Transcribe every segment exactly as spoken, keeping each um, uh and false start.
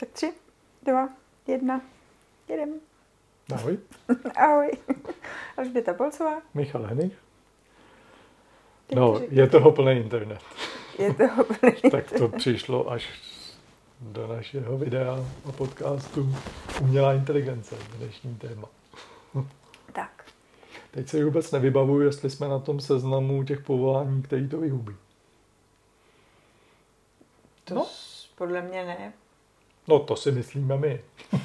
Tak tři, dva, jedna, jedem. Ahoj. Ahoj. Alžběta Polcová. Michal Henich. No, je toho plný internet. Je toho plný internet. Tak to přišlo až do našeho videa a podcastu Umělá inteligence, dnešní téma. Tak. Teď se vůbec nevybavuju, jestli jsme na tom seznamu těch povolání, který to vyhubí. To no. s, podle mě ne. No, to si myslíme my.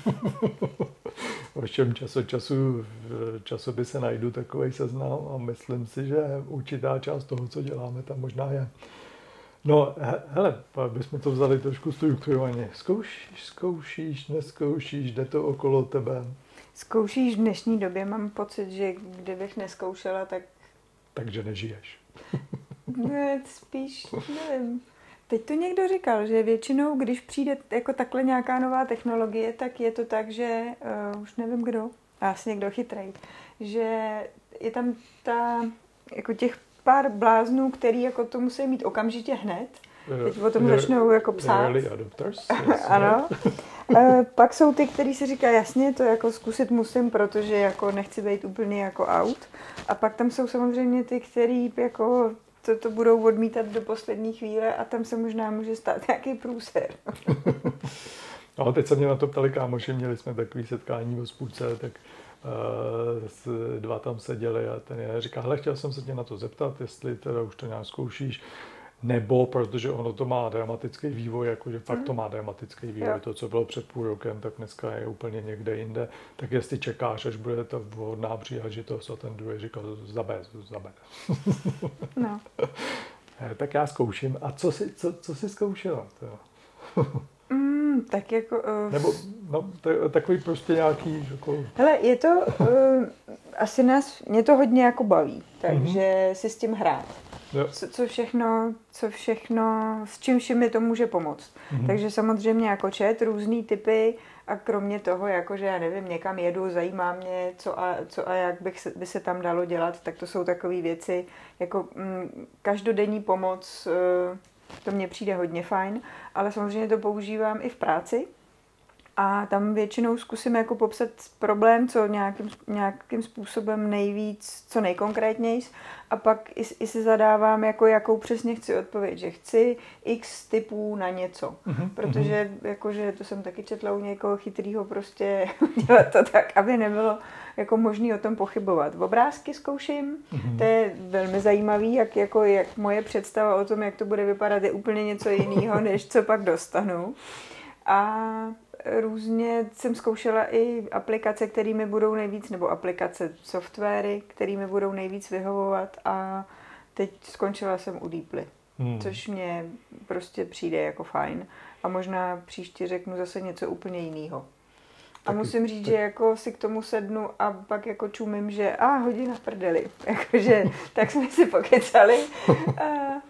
Ovšem čas od času v časopise najdu takovej seznam a myslím si, že určitá část toho, co děláme, tam možná je. No, he, hele, bychom to vzali trošku strukturovaně. Zkoušíš, zkoušíš, neskoušíš, jde to okolo tebe. Zkoušíš v dnešní době, mám pocit, že kdybych neskoušela, tak... Takže nežiješ. Ne, spíš, nevím. Teď to někdo říkal, že většinou, když přijde jako takhle nějaká nová technologie, tak je to tak, že uh, už nevím kdo, asi někdo chytrej, že je tam ta, jako těch pár bláznů, který jako to musí mít okamžitě hned. Teď o tom začnou jako psát. Early adopters. Ano. Uh, pak jsou ty, kteří si říkají, jasně, to jako zkusit musím, protože jako nechci být úplně jako out. A pak tam jsou samozřejmě ty, který jako to, to budou odmítat do poslední chvíle a tam se možná může stát nějaký průser. No, teď se mě na to ptali kámoši, měli jsme takový setkání o spůlce, tak uh, dva tam seděli a ten je říká, hele, chtěl jsem se tě na to zeptat, jestli teda už to nějak zkoušíš, nebo protože ono to má dramatický vývoj, jakože fakt to má dramatický vývoj, jo. To, co bylo před půl rokem, tak dneska je úplně někde jinde, tak jestli čekáš, až bude ta vhodná příležitost a ten druhý říkal, zabé, zabé. No. Tak já zkouším. A co jsi, co, co jsi zkoušela? Mm, tak jako... Uh... Nebo no, t- takový prostě nějaký... Jako... Hele, je to... Uh, asi nás... Mě to hodně jako baví, takže mm-hmm. si s tím hrát. Co, co všechno, co všechno, s čím vším mi to může pomoct. Mm-hmm. Takže samozřejmě jako čet, různý typy a kromě toho, jakože já nevím, někam jedu, zajímá mě, co a, co a jak bych se, by se tam dalo dělat, tak to jsou takové věci, jako mm, každodenní pomoc, uh, to mně přijde hodně fajn, ale samozřejmě to používám i v práci. A tam většinou zkusím jako popsat problém, co nějakým, nějakým způsobem nejvíc, co nejkonkrétnější. A pak i, i si zadávám, jako, jakou přesně chci odpověď, že chci x typů na něco. Mm-hmm. Protože jakože, to jsem taky četla u někoho chytrýho, prostě dělat to tak, aby nebylo jako možný o tom pochybovat. Obrázky zkouším, mm-hmm. to je velmi zajímavý, jak, jako, jak moje představa o tom, jak to bude vypadat, je úplně něco jiného, než co pak dostanu. A různě jsem zkoušela i aplikace, kterými budou nejvíc, nebo aplikace, softwary, kterými budou nejvíc vyhovovat a teď skončila jsem u Deeply, hmm. což mě prostě přijde jako fajn a možná příště řeknu zase něco úplně jiného. A taky, musím říct, tak... že jako si k tomu sednu a pak jako čumím, že a hodina v prdeli, jakože tak jsme si pokecali. A,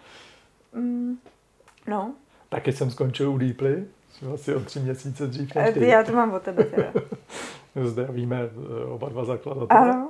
mm, no. Taky jsem skončil u Deeply. Asi o tři měsíce dřív než ty. Já to mám od tebe teda. Zdravíme oba dva zakladatelé. Ano.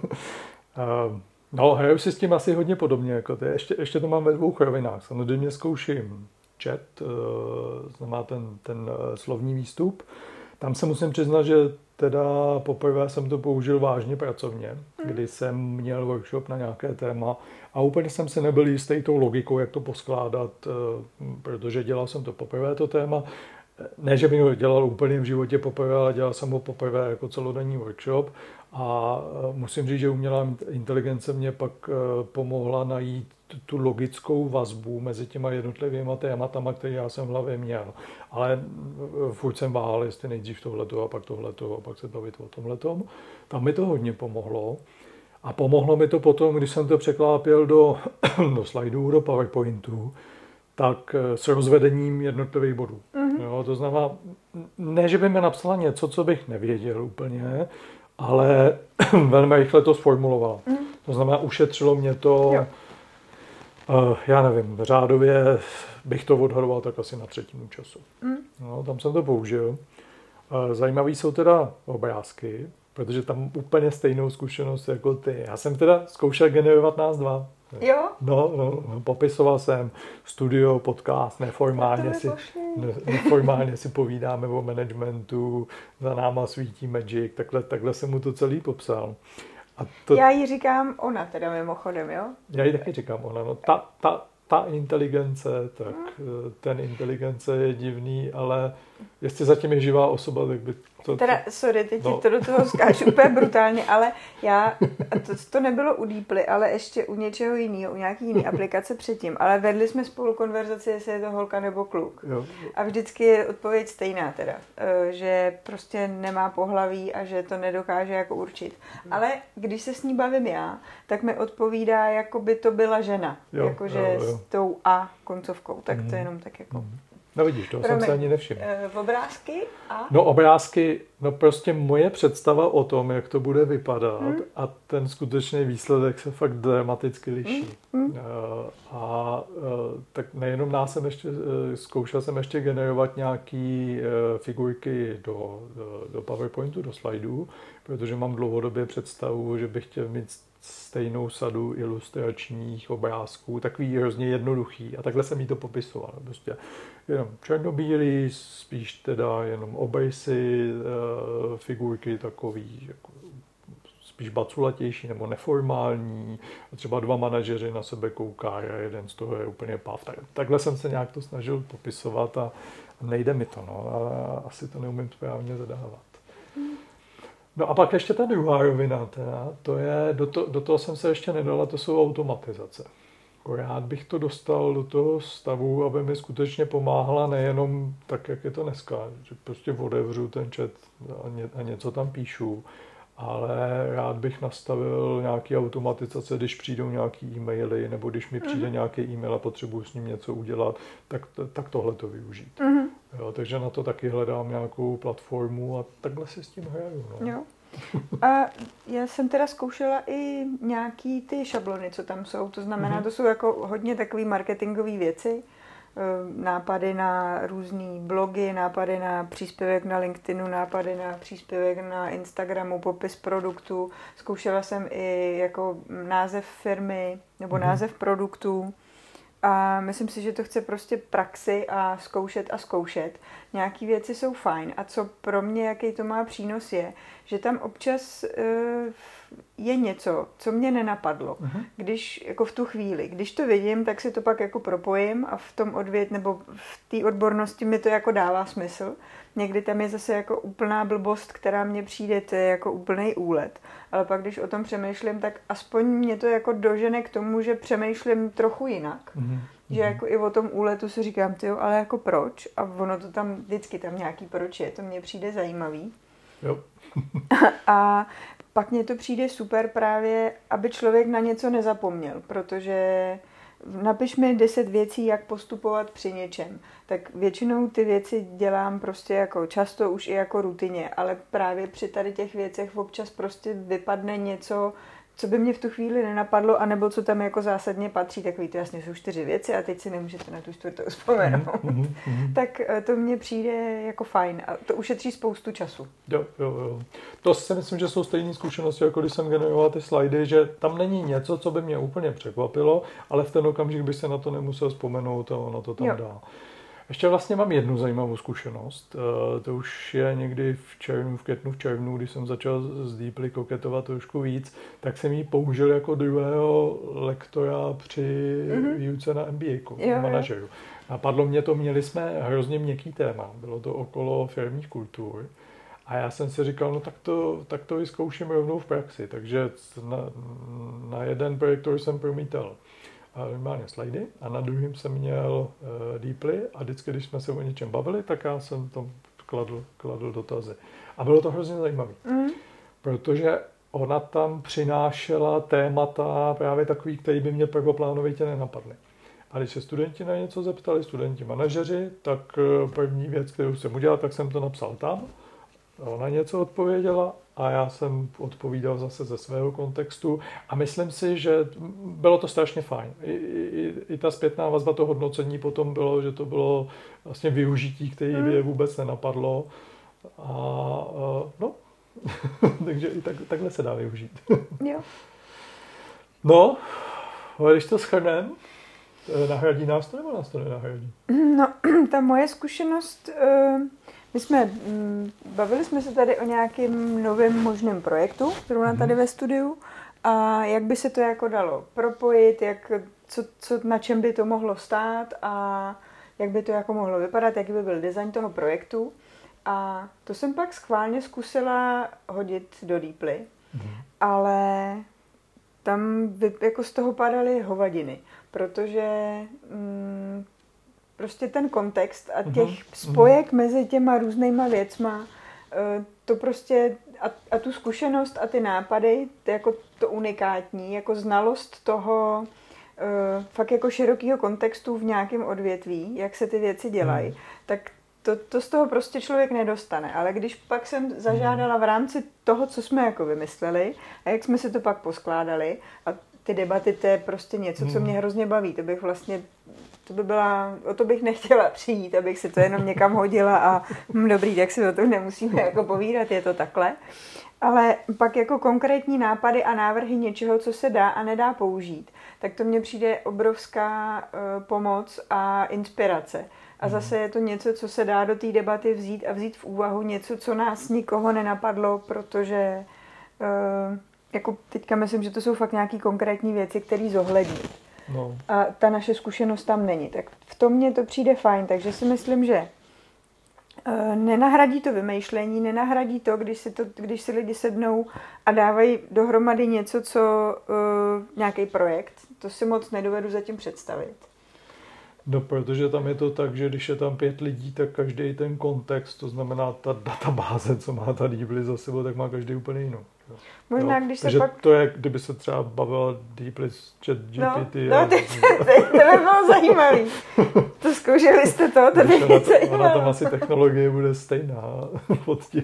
No, hraju si s tím asi hodně podobně. Jako ty. Ještě, ještě to mám ve dvou rovinách. Samozřejmě zkouším chat, znamená ten, ten slovní výstup. Tam se musím přiznat, že teda poprvé jsem to použil vážně pracovně, hmm. kdy jsem měl workshop na nějaké téma a úplně jsem si nebyl jistý tou logikou, jak to poskládat, protože dělal jsem to poprvé to téma. Ne, že bych ho dělal úplně v životě poprvé, ale dělal jsem ho poprvé jako celodenní workshop a musím říct, že umělá inteligence mě pak pomohla najít tu logickou vazbu mezi těma jednotlivými tématama, které já jsem v hlavě měl. Ale furt jsem váhal, jestli nejdřív tohleto a pak tohleto a pak se bavit o tomhletom. Tam mi to hodně pomohlo. A pomohlo mi to potom, když jsem to překlápěl do, do slajdů, do PowerPointu, tak s rozvedením jednotlivých bodů. Mm-hmm. Jo, to znamená, ne, že by mi napsala něco, co bych nevěděl úplně, ale velmi rychle to sformulovala. Mm. To znamená, ušetřilo mě to, jo. uh, já nevím, řádově bych to odhadoval tak asi na třetinu času. Mm. No, tam jsem to použil. Uh, zajímavý jsou teda obrázky, protože tam úplně stejnou zkušenost jako ty. Já jsem teda zkoušel generovat nás dva. Jo? No, no, no, popisoval jsem studio, podcast, neformálně si, ne, neformálně si povídáme o managementu, za náma svítí Magic, takhle, takhle jsem mu to celý popsal. A to, já jí říkám ona teda mimochodem, jo? Já jí taky říkám ona, no ta, ta, ta inteligence, tak hmm. ten inteligence je divný, ale jestli zatím je živá osoba, tak by to... Teda, sorry, teď no. to do toho skáču úplně brutálně, ale já, to, to nebylo u Deeply, ale ještě u něčeho jiného, u nějaký jiný aplikace předtím, ale vedli jsme spolu konverzaci, jestli je to holka nebo kluk. Jo. A vždycky je odpověď stejná teda, že prostě nemá pohlaví a že to nedokáže jako určit. Ale když se s ní bavím já, tak mi odpovídá, jako by to byla žena, jo, jakože jo, jo. s tou A koncovkou, tak to jenom tak jako... Mm. No vidíš, toho jsem se ani nevšiml. V obrázky a? No obrázky, no prostě moje představa o tom, jak to bude vypadat hmm. a ten skutečný výsledek se fakt dramaticky liší. Hmm. A tak nejenom nás jsem ještě, zkoušel jsem ještě generovat nějaký figurky do, do, do PowerPointu, do slajdů, protože mám dlouhodobě představu, že bych chtěl mít stejnou sadu ilustračních obrázků, takový hrozně jednoduchý. A takhle jsem jí to popisoval. Prostě jenom černobílý, spíš teda jenom obrysy, figurky takový, jako spíš baculatější nebo neformální. A třeba dva manažeři na sebe kouká a jeden z toho je úplně pav. Tak, takhle jsem se nějak to snažil popisovat a nejde mi to. No. A asi to neumím správně zadávat. No a pak ještě ta druhá rovina, teda, to je, do, to, do toho jsem se ještě nedala, to jsou automatizace. Rád bych to dostal do toho stavu, aby mi skutečně pomáhala nejenom tak, jak je to dneska, že prostě otevřu ten chat a, ně, a něco tam píšu, ale rád bych nastavil nějaký automatizace, když přijdou nějaký e-maily, nebo když mi přijde mm. nějaký e-mail a potřebuji s ním něco udělat, tak, tak tohle to využít. Mm. Jo, takže na to taky hledám nějakou platformu a takhle si s tím hraju. No. Jo. A já jsem teda zkoušela i nějaký ty šablony, co tam jsou. To znamená, mm-hmm. to jsou jako hodně takové marketingové věci. Nápady na různý blogy, nápady na příspěvek na LinkedInu, nápady na příspěvek na Instagramu, popis produktu. Zkoušela jsem i jako název firmy nebo mm-hmm. název produktu. A myslím si, že to chce prostě praxi a zkoušet a zkoušet. Nějaký věci jsou fajn. A co pro mě, jaký to má přínos je, že tam občas uh, je něco, co mě nenapadlo. Uh-huh. Když, jako v tu chvíli. Když to vidím, tak si to pak jako propojím a v tom odvět, nebo v té odbornosti mi to jako dává smysl. Někdy tam je zase jako úplná blbost, která mně přijde, to je jako úplný úlet. Ale pak, když o tom přemýšlím, tak aspoň mě to jako dožene k tomu, že přemýšlím trochu jinak. Mm-hmm. Že jako i o tom úletu si říkám, tyjo, ale jako proč? A ono to tam, vždycky tam nějaký proč je, to mně přijde zajímavý. Jo. A pak mně to přijde super právě, aby člověk na něco nezapomněl, protože napiš mi deset věcí, jak postupovat při něčem. Tak většinou ty věci dělám prostě jako často už i jako rutině, ale právě při tady těch věcech občas prostě vypadne něco, co by mě v tu chvíli nenapadlo, anebo co tam jako zásadně patří. Takový to jasně jsou čtyři věci a teď si nemůžete na tu čtvrtou vzpomenout. Mm-hmm, mm-hmm. Tak to mně přijde jako fajn a to ušetří spoustu času. Jo, jo, jo. To si myslím, že jsou stejné zkušenosti, jako když jsem generoval ty slajdy, že tam není něco, co by mě úplně překvapilo, ale v ten okamžik by se na to nemusel vzpomenout a ono to tam jo. dá. Ještě vlastně mám jednu zajímavou zkušenost. To už je někdy v červnu, v květnu, v červnu, když jsem začal s Deeply koketovat trošku víc, tak jsem ji použil jako druhého lektora při mm-hmm. výuce na M B A manažeru. Napadlo mě to, měli jsme hrozně měkký téma, bylo to okolo firmních kultur. A já jsem si říkal, no tak to, tak to vyzkouším rovnou v praxi. Takže na, na jeden projektor jsem promítal normálně slajdy a na druhým jsem měl uh, Deeply a vždycky, když jsme se o něčem bavili, tak já jsem tam kladl, kladl dotazy. A bylo to hrozně zajímavé, mm. protože ona tam přinášela témata právě takový, který by mě prvoplánovitě nenapadly. A když se studenti na něco zeptali, studenti manažeři, tak první věc, kterou jsem udělal, tak jsem to napsal tam. Ona něco odpověděla a já jsem odpovídal zase ze svého kontextu a myslím si, že bylo to strašně fajn. I, i, i ta zpětná vazba, to hodnocení potom bylo, že to bylo vlastně využití, které by je vůbec nenapadlo. A, a no, takže i tak, takhle se dá využít. Jo. No, Ale když to shrneme, nahradí nás to nebo nás to nenahradí? No, ta moje zkušenost, my jsme, bavili jsme se tady o nějakém novém možném projektu, zrovna tady ve studiu, a jak by se to jako dalo propojit, jak, co, co, na čem by to mohlo stát a jak by to jako mohlo vypadat, jaký by byl design toho projektu. A to jsem pak schválně zkusila hodit do Deeply, mm. ale tam by, jako z toho padaly hovadiny, protože mm, prostě ten kontext a těch mm. spojek mm. mezi těma různýma věcma, to prostě a, a tu zkušenost a ty nápady, to jako to unikátní, jako znalost toho uh, fakt jako širokého kontextu v nějakém odvětví, jak se ty věci dělají, mm. tak to, to z toho prostě člověk nedostane. Ale když pak jsem zažádala v rámci toho, co jsme jako vymysleli a jak jsme si to pak poskládali a ty debaty, to je prostě něco, co mě hrozně baví. To bych vlastně, to by byla, o to bych nechtěla přijít, abych si to jenom někam hodila a hm, dobrý, tak si o tom nemusíme jako povídat, je to takhle. Ale pak jako konkrétní nápady a návrhy něčeho, co se dá a nedá použít, tak to mně přijde obrovská uh, pomoc a inspirace. A zase je to něco, co se dá do té debaty vzít a vzít v úvahu něco, co nás nikoho nenapadlo, protože uh, jako teďka myslím, že to jsou fakt nějaký konkrétní věci, které zohlední. No. A ta naše zkušenost tam není. Tak v tom mně to přijde fajn, takže si myslím, že uh, nenahradí to vymýšlení, nenahradí to, když si, to, když si lidi sednou a dávají dohromady něco, co uh, nějaký projekt. To si moc nedovedu zatím představit. No, protože tam je to tak, že když je tam pět lidí, tak každý ten kontext, to znamená ta databáze, co má ta Deeply za sebou, tak má každý úplně jinou. Možná, jo? Když se Takže pak... to je, kdyby se třeba bavila Deeply s ChatGPT. No, no ty, ty, ty, to by bylo zajímavý. To zkoušeli jste to, to by mě zajímalo. Ona tam asi technologie bude stejná pod tím.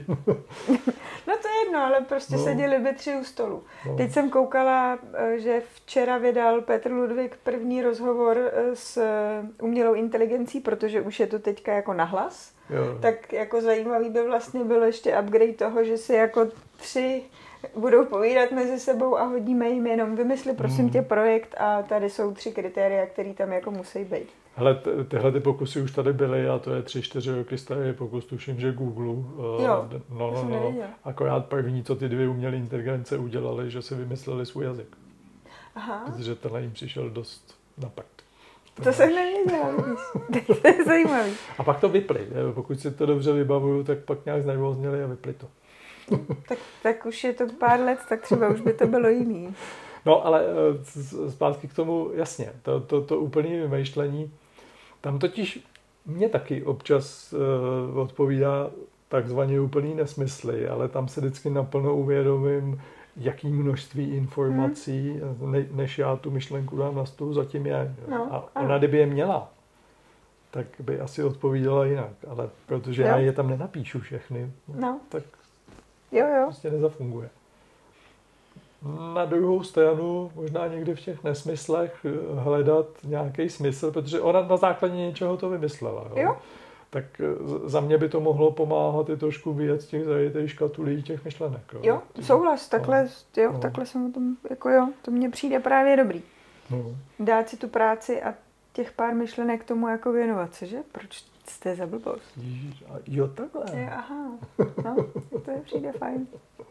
No to je jedno, ale prostě no. seděli by tři u stolu. No. Teď jsem koukala, že včera vydal Petr Ludvík první rozhovor s umělou inteligencí, protože už je to teďka jako nahlas. Jo. Tak jako zajímavý by vlastně bylo ještě upgrade toho, že si jako tři budou povídat mezi sebou a hodíme jim jenom vymysli prosím hmm. tě projekt a tady jsou tři kritéria, které tam jako musí být. Hele, t- tyhle ty pokusy už tady byly a to je tři, čtyři roky starý pokus, tuším, že Google. Jo, no, no, no. Akorát první, co ty dvě umělé inteligence udělali, že si vymysleli svůj jazyk. Aha. Protože tenhle jim přišel dost na prd. To jsem nevěděla, to je zajímavý. A pak to vypli. Pokud si to dobře vybavuju, tak pak nějak znervózněli a vypli to. tak, tak už je to pár let, tak třeba už by to bylo jiný. No, ale zpátky k tomu, jasně, to, to, to úplné vymýšlení, tam totiž mě taky občas uh, odpovídá takzvaně úplný nesmysly, ale tam se vždycky naplno uvědomím, jaký množství informací, hmm. ne, než já tu myšlenku dám na stůl, zatím je. No, a ona, ano. kdyby je měla, tak by asi odpovídala jinak, ale protože jo. já je tam nenapíšu všechny, no. tak jo, jo. prostě nezafunguje. Na druhou stranu možná někdy v těch nesmyslech hledat nějaký smysl, protože ona na základě něčeho to vymyslela. Jo? Jo. Tak za mě by to mohlo pomáhat i trošku vyjet z těch zajetých škatulí těch myšlenek. Jo, jo souhlas, takhle, no. jo, no. takhle jsem o tom, jako jo, to mně přijde právě dobrý. No. Dát si tu práci a těch pár myšlenek tomu jako věnovat se, že? Proč jste za blbost? Ježiš, jo, takhle. Je, aha, no, to je přijde fajn.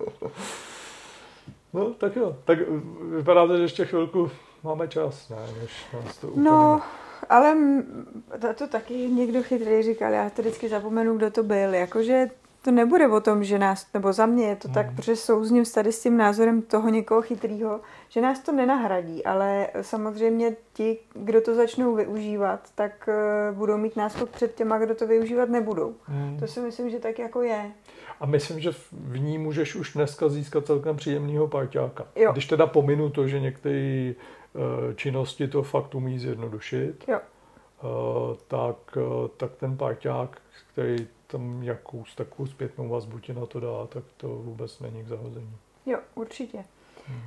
No, tak jo. Tak vypadá to, že ještě chvilku máme čas, ne? Než nás to úplně... No, ale to, to taky někdo chytrý říkal, já to vždycky zapomenu, kdo to byl. Jakože to nebude o tom, že nás, nebo za mě je to hmm. tak, protože souzním tady s tím názorem toho někoho chytrýho, že nás to nenahradí, ale samozřejmě ti, kdo to začnou využívat, tak uh, budou mít náskok před těma, kdo to využívat nebudou. Hmm. To si myslím, že tak jako je. A myslím, že v ní můžeš už dneska získat celkem příjemného parťáka. Jo. Když teda pominu to, že některé uh, činnosti to fakt umí zjednodušit, jo. Uh, tak, uh, tak ten parťák, který tam jakou takovou zpětnou vazbu ti na to dá, tak to vůbec není k zahození. Jo, určitě. Hmm.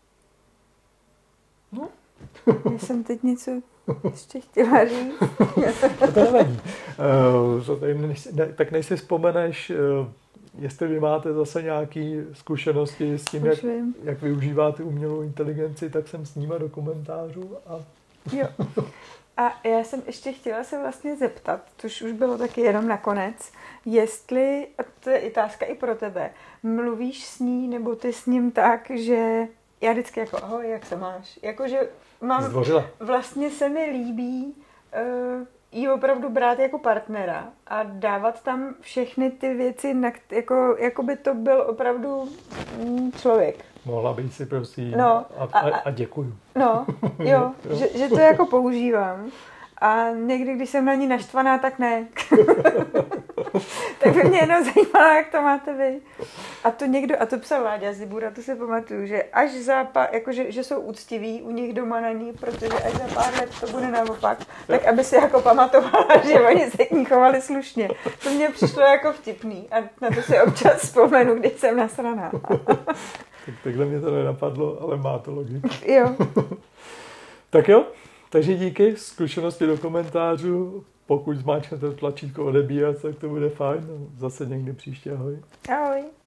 No. Já jsem teď něco ještě chtěla říct. To nevadí. Uh, tak než si vzpomeneš, uh, jestli vy máte zase nějaké zkušenosti s tím, jak, jak využíváte umělou inteligenci, tak jsem s nima do komentářů. A... Jo. A já jsem ještě chtěla se vlastně zeptat, což už bylo taky jenom nakonec, jestli, a to je otázka i pro tebe, mluvíš s ní nebo ty s ním tak, že já vždycky jako ahoj, jak se máš? Jakože mám, Zdvořila. Vlastně se mi líbí uh, jí opravdu brát jako partnera a dávat tam všechny ty věci, na, jako, jako by to byl opravdu člověk. Mohla bych si prosím no, a, a, a děkuju. No, jo, že, že to jako používám. A někdy, když jsem na ní naštvaná, tak ne. Tak by mě jenom zajímalo, jak to máte vy. A to někdo, a to psal Láďa Zibura, to si pamatuju, že až za pár, jakože, že jsou úctiví u nich doma na ní, protože až za pár let to bude naopak, tak aby si jako pamatovala, že oni se k ní chovali slušně. To mně přišlo jako vtipný a na to si občas vzpomenu, když jsem nasraná. Tak takhle mě to nenapadlo, ale má to logiku. Jo. Tak jo, takže díky, zkušenosti do komentářů. Pokud zmáčknete tlačítko odebírat, tak to bude fajn. Zase někdy příště, ahoj. Ahoj.